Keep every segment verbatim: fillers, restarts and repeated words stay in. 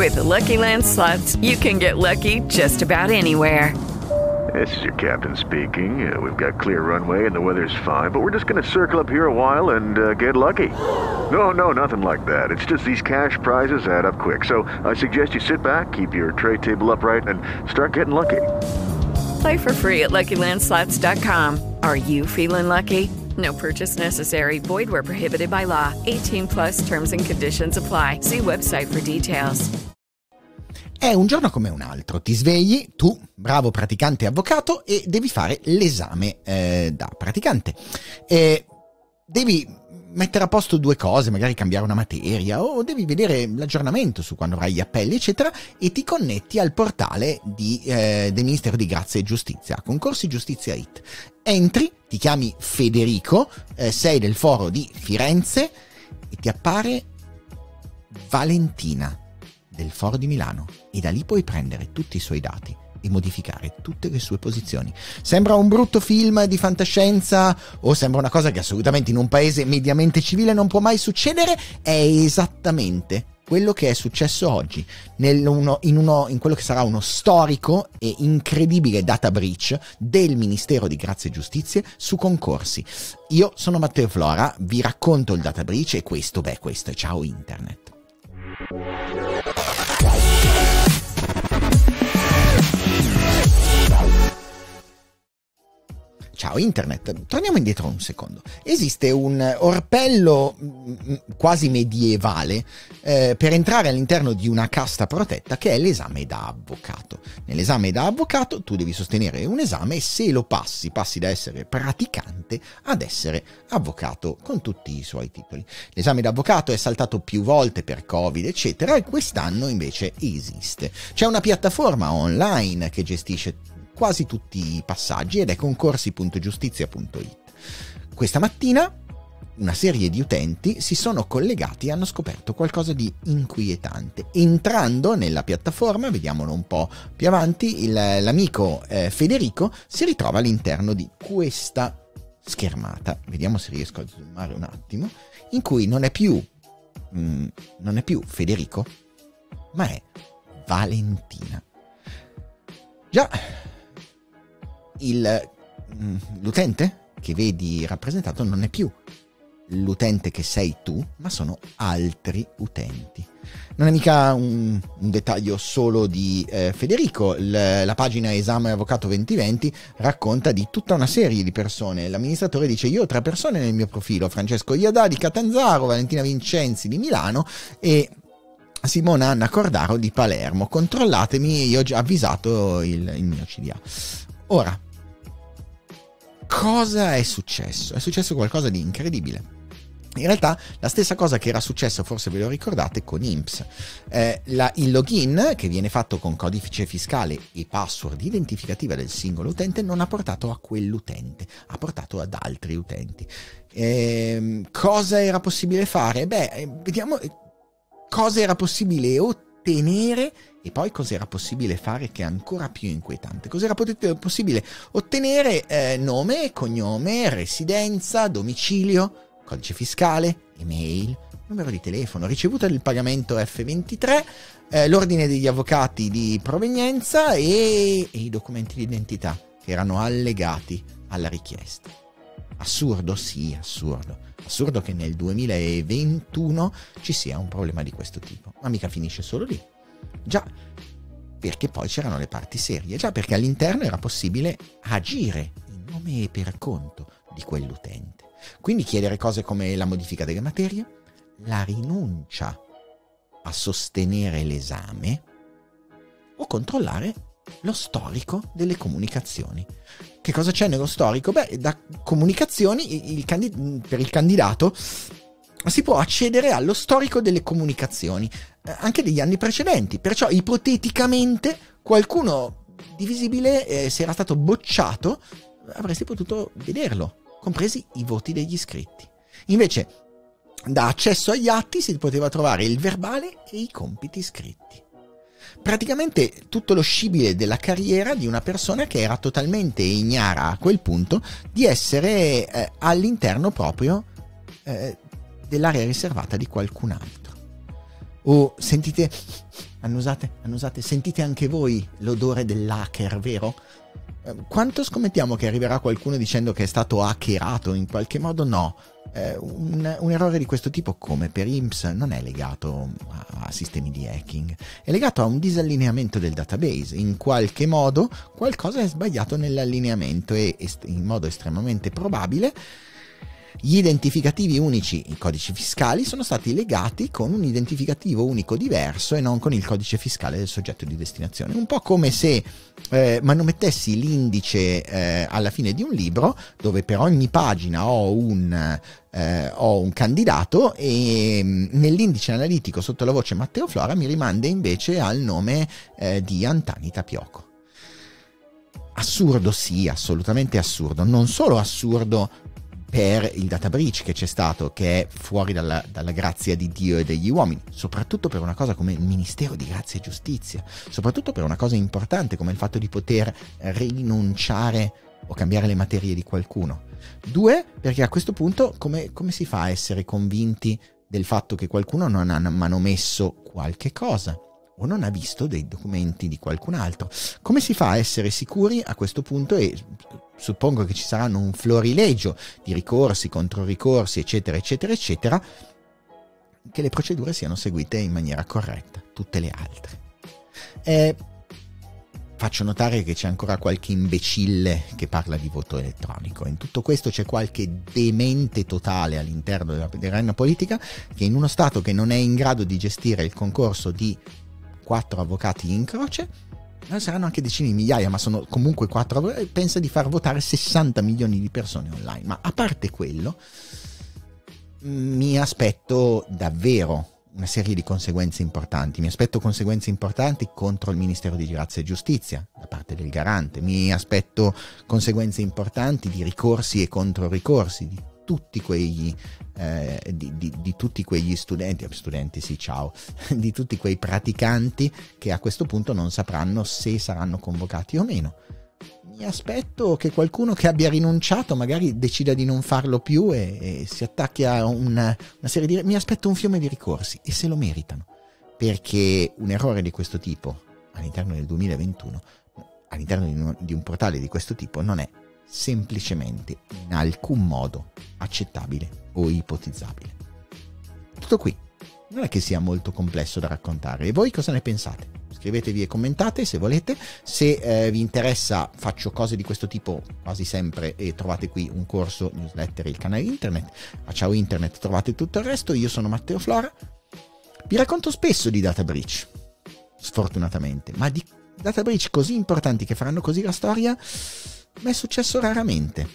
With Lucky Land Slots, you can get lucky just about anywhere. This is your captain speaking. Uh, we've got clear runway and the weather's fine, but we're just going to circle up here a while and uh, get lucky. No, no, nothing like that. It's just these cash prizes add up quick. So I suggest you sit back, keep your tray table upright, and start getting lucky. Play for free at Lucky Land Slots dot com. Are you feeling lucky? No purchase necessary. Void where prohibited by law. eighteen plus terms and conditions apply. See website for details. È un giorno come un altro. Ti svegli, tu, bravo praticante avvocato, e devi fare l'esame eh, da praticante. E devi mettere a posto due cose, magari cambiare una materia, o devi vedere l'aggiornamento su quando avrai gli appelli, eccetera, e ti connetti al portale di, eh, del Ministero di Grazia e Giustizia, Concorsi Giustizia punto it. Entri, ti chiami Federico, eh, sei del foro di Firenze e ti appare Valentina del foro di Milano, e da lì puoi prendere tutti i suoi dati e modificare tutte le sue posizioni. Sembra un brutto film di fantascienza o sembra una cosa che assolutamente in un paese mediamente civile non può mai succedere? È esattamente quello che è successo oggi nell'uno, in, uno, in quello che sarà uno storico e incredibile data breach del Ministero di Grazia e Giustizia su concorsi. Io sono Matteo Flora, vi racconto il data breach e questo, beh, questo è Ciao Internet. Ciao Internet, torniamo indietro un secondo. Esiste un orpello quasi medievale eh, per entrare all'interno di una casta protetta, che è l'esame da avvocato. Nell'esame da avvocato tu devi sostenere un esame e se lo passi, passi da essere praticante ad essere avvocato con tutti i suoi titoli. L'esame da avvocato è saltato più volte per Covid, eccetera, e quest'anno invece esiste. C'è una piattaforma online che gestisce quasi tutti i passaggi ed è concorsi punto giustizia punto it. Questa mattina una serie di utenti si sono collegati e hanno scoperto qualcosa di inquietante. Entrando nella piattaforma, vediamolo un po' più avanti, il, l'amico eh, Federico si ritrova all'interno di questa schermata, vediamo se riesco a zoomare un attimo, in cui non è più mh, non è più Federico, ma è Valentina. Già, Il, l'utente che vedi rappresentato non è più l'utente che sei tu, ma sono altri utenti. Non è mica un, un dettaglio solo di eh, Federico. L, la pagina Esame Avvocato duemilaventi racconta di tutta una serie di persone. L'amministratore dice: io ho tre persone nel mio profilo: Francesco Iadà di Catanzaro, Valentina Vincenzi di Milano e Simona Anna Cordaro di Palermo. Controllatemi, io ho già avvisato il, il mio C D A. Ora, cosa è successo? È successo qualcosa di incredibile. In realtà la stessa cosa che era successo, forse ve lo ricordate, con I N P S. Eh, la, il login che viene fatto con codice fiscale e password identificativa del singolo utente non ha portato a quell'utente, ha portato ad altri utenti. Eh, cosa era possibile fare? Beh, vediamo cosa era possibile ottenere e poi cosa era possibile fare, che è ancora più inquietante. Cosa era pot- possibile ottenere? Eh, nome, cognome, residenza, domicilio, codice fiscale, email, numero di telefono, ricevuta del pagamento F ventitré, eh, l'ordine degli avvocati di provenienza e, e i documenti di identità che erano allegati alla richiesta. Assurdo? Sì, assurdo. Assurdo che nel duemilaventuno ci sia un problema di questo tipo. Ma mica finisce solo lì. Già, perché poi c'erano le parti serie. Già, perché all'interno era possibile agire in nome e per conto di quell'utente. Quindi chiedere cose come la modifica delle materie, la rinuncia a sostenere l'esame o controllare lo storico delle comunicazioni. Che cosa c'è nello storico? Beh, da comunicazioni il candid- per il candidato si può accedere allo storico delle comunicazioni, eh, anche degli anni precedenti. Perciò ipoteticamente qualcuno di visibile, eh, se era stato bocciato, avresti potuto vederlo, compresi i voti degli iscritti. Invece, da accesso agli atti si poteva trovare il verbale e i compiti scritti. Praticamente tutto lo scibile della carriera di una persona che era totalmente ignara a quel punto di essere eh, all'interno proprio eh, dell'area riservata di qualcun altro. O sentite Annusate, annusate, sentite anche voi l'odore dell'hacker, vero? Quanto scommettiamo che arriverà qualcuno dicendo che è stato hackerato in qualche modo? No. Eh, un, un errore di questo tipo, come per I N P S, non è legato a, a sistemi di hacking, è legato a un disallineamento del database. In qualche modo qualcosa è sbagliato nell'allineamento e est- in modo estremamente probabile gli identificativi unici, i codici fiscali, sono stati legati con un identificativo unico diverso e non con il codice fiscale del soggetto di destinazione. Un po' come se eh, manomettessi l'indice eh, alla fine di un libro, dove per ogni pagina ho un, eh, ho un candidato e mh, nell'indice analitico sotto la voce Matteo Flora mi rimanda invece al nome eh, di Antani Tapioco. Assurdo, sì, assolutamente assurdo. Non solo assurdo per il data breach che c'è stato, che è fuori dalla, dalla grazia di Dio e degli uomini, soprattutto per una cosa come il Ministero di Grazia e Giustizia, soprattutto per una cosa importante come il fatto di poter rinunciare o cambiare le materie di qualcuno. Due, perché a questo punto come, come si fa a essere convinti del fatto che qualcuno non ha manomesso qualche cosa o non ha visto dei documenti di qualcun altro? Come si fa a essere sicuri a questo punto? E suppongo che ci saranno un florilegio di ricorsi, controricorsi, eccetera, eccetera, eccetera, che le procedure siano seguite in maniera corretta, tutte le altre. E faccio notare che c'è ancora qualche imbecille che parla di voto elettronico. In tutto questo c'è qualche demente totale all'interno della, dell'arena politica, che in uno Stato che non è in grado di gestire il concorso di quattro avvocati in croce, saranno anche decine di migliaia, ma sono comunque quattro avvocati, pensa di far votare sessanta milioni di persone online. Ma a parte quello, mi aspetto davvero una serie di conseguenze importanti. Mi aspetto conseguenze importanti contro il Ministero di Grazia e Giustizia da parte del garante. Mi aspetto conseguenze importanti di ricorsi e controricorsi di tutti quegli eh, di, di, di tutti quegli studenti studenti sì ciao di tutti quei praticanti che a questo punto non sapranno se saranno convocati o meno. Mi aspetto che qualcuno che abbia rinunciato magari decida di non farlo più e, e si attacchi a una, una serie di... Mi aspetto un fiume di ricorsi, e se lo meritano, perché un errore di questo tipo all'interno del duemilaventuno, all'interno di un, di un portale di questo tipo, non è semplicemente in alcun modo accettabile o ipotizzabile. Tutto qui. Non è che sia molto complesso da raccontare. E voi cosa ne pensate? Scrivetevi e commentate se volete. Se eh, vi interessa, faccio cose di questo tipo quasi sempre e trovate qui un corso, newsletter e il canale internet. A Ciao Internet trovate tutto il resto. Io sono Matteo Flora. Vi racconto spesso di data breach, sfortunatamente, ma di data breach così importanti che faranno così la storia mi è successo raramente,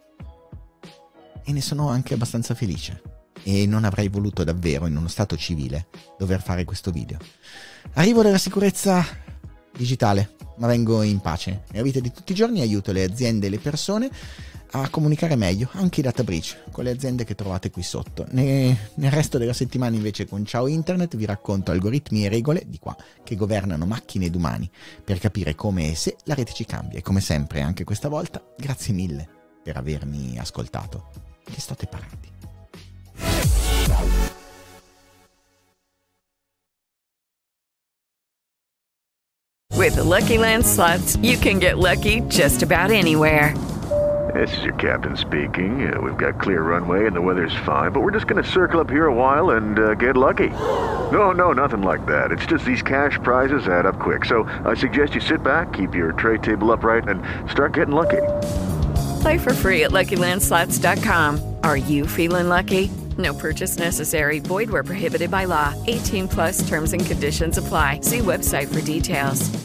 e ne sono anche abbastanza felice, e non avrei voluto davvero in uno stato civile dover fare questo video. Arrivo dalla sicurezza digitale, ma vengo in pace. Nella vita di tutti i giorni aiuto le aziende e le persone a comunicare meglio, anche i data breach, con le aziende che trovate qui sotto. Ne, nel resto della settimana invece con Ciao Internet vi racconto algoritmi e regole di qua che governano macchine ed umani per capire come e se la rete ci cambia. E come sempre, anche questa volta, grazie mille per avermi ascoltato. Che state parati. With the Lucky Land Slots, you can get lucky just about anywhere. This is your captain speaking. Uh, we've got clear runway and the weather's fine, but we're just going to circle up here a while and uh, get lucky. No, no, nothing like that. It's just these cash prizes add up quick. So I suggest you sit back, keep your tray table upright, and start getting lucky. Play for free at Lucky Land Slots dot com. Are you feeling lucky? No purchase necessary. Void where prohibited by law. eighteen plus terms and conditions apply. See website for details.